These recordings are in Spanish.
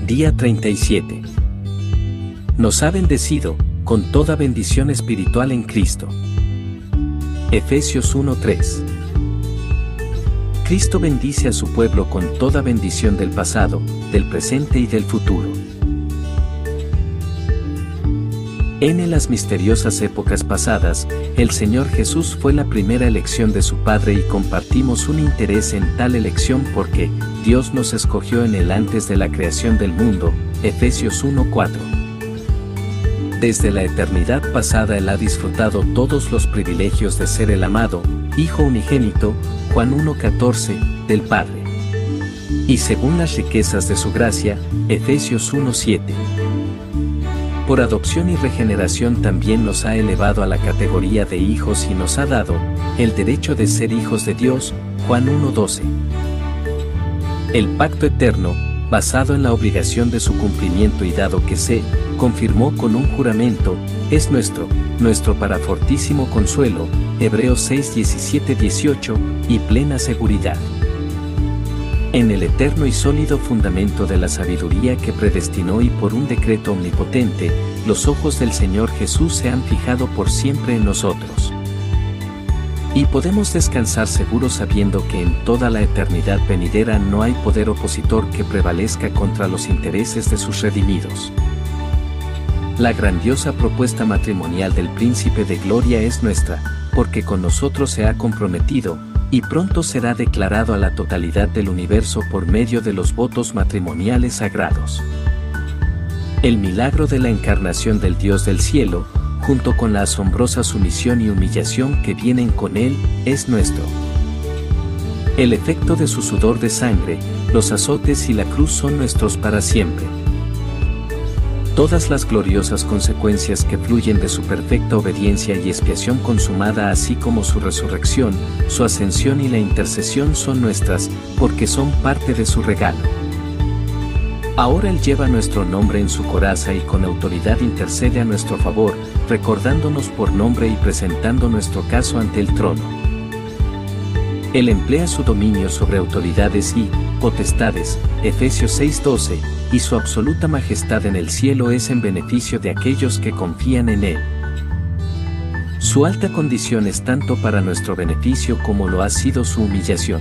Día 37. Nos ha bendecido con toda bendición espiritual en Cristo. Efesios 1:3. Cristo bendice a su pueblo con toda bendición del pasado, del presente y del futuro. En las misteriosas épocas pasadas, el Señor Jesús fue la primera elección de su Padre y compartimos un interés en tal elección porque Dios nos escogió en Él antes de la creación del mundo. Efesios 1:4. Desde la eternidad pasada Él ha disfrutado todos los privilegios de ser el amado, Hijo unigénito, Juan 1:14, del Padre. Y según las riquezas de su gracia, Efesios 1:7. Por adopción y regeneración también nos ha elevado a la categoría de hijos y nos ha dado el derecho de ser hijos de Dios, Juan 1:12. El pacto eterno, basado en la obligación de su cumplimiento y dado que se confirmó con un juramento, es nuestro para fortísimo consuelo, Hebreos 6:17-18, y plena seguridad. En el eterno y sólido fundamento de la sabiduría que predestinó y por un decreto omnipotente, los ojos del Señor Jesús se han fijado por siempre en nosotros. Y podemos descansar seguros sabiendo que en toda la eternidad venidera no hay poder opositor que prevalezca contra los intereses de sus redimidos. La grandiosa propuesta matrimonial del Príncipe de Gloria es nuestra, porque con nosotros se ha comprometido, y pronto será declarado a la totalidad del universo por medio de los votos matrimoniales sagrados. El milagro de la encarnación del Dios del cielo, junto con la asombrosa sumisión y humillación que vienen con él, es nuestro. El efecto de su sudor de sangre, los azotes y la cruz son nuestros para siempre. Todas las gloriosas consecuencias que fluyen de su perfecta obediencia y expiación consumada, así como su resurrección, su ascensión y la intercesión son nuestras, porque son parte de su regalo. Ahora Él lleva nuestro nombre en su coraza y con autoridad intercede a nuestro favor, recordándonos por nombre y presentando nuestro caso ante el trono. Él emplea su dominio sobre autoridades y potestades, Efesios 6:12, y su absoluta majestad en el cielo es en beneficio de aquellos que confían en Él. Su alta condición es tanto para nuestro beneficio como lo ha sido su humillación.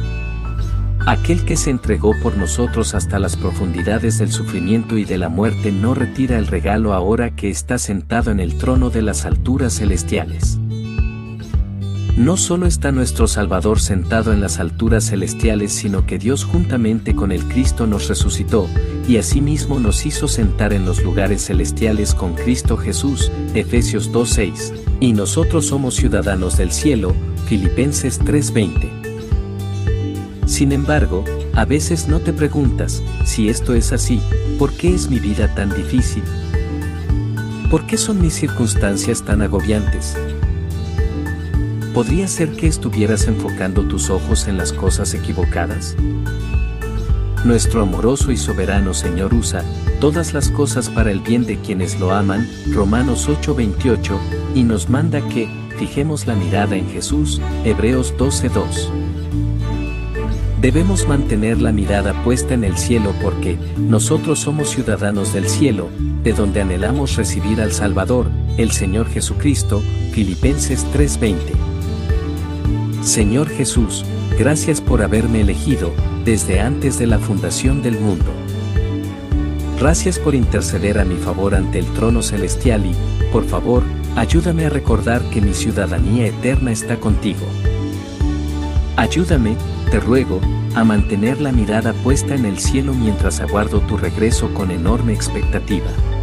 Aquel que se entregó por nosotros hasta las profundidades del sufrimiento y de la muerte no retira el regalo ahora que está sentado en el trono de las alturas celestiales. No solo está nuestro Salvador sentado en las alturas celestiales, sino que Dios juntamente con el Cristo nos resucitó, y asimismo nos hizo sentar en los lugares celestiales con Cristo Jesús, Efesios 2:6, y nosotros somos ciudadanos del cielo, Filipenses 3:20. Sin embargo, a veces no te preguntas, si esto es así, ¿por qué es mi vida tan difícil? ¿Por qué son mis circunstancias tan agobiantes? ¿Podría ser que estuvieras enfocando tus ojos en las cosas equivocadas? Nuestro amoroso y soberano Señor usa todas las cosas para el bien de quienes lo aman, Romanos 8:28, y nos manda que fijemos la mirada en Jesús, Hebreos 12:2. Debemos mantener la mirada puesta en el cielo porque nosotros somos ciudadanos del cielo, de donde anhelamos recibir al Salvador, el Señor Jesucristo, Filipenses 3:20. Señor Jesús, gracias por haberme elegido, desde antes de la fundación del mundo. Gracias por interceder a mi favor ante el trono celestial y, por favor, ayúdame a recordar que mi ciudadanía eterna está contigo. Ayúdame, te ruego, a mantener la mirada puesta en el cielo mientras aguardo tu regreso con enorme expectativa.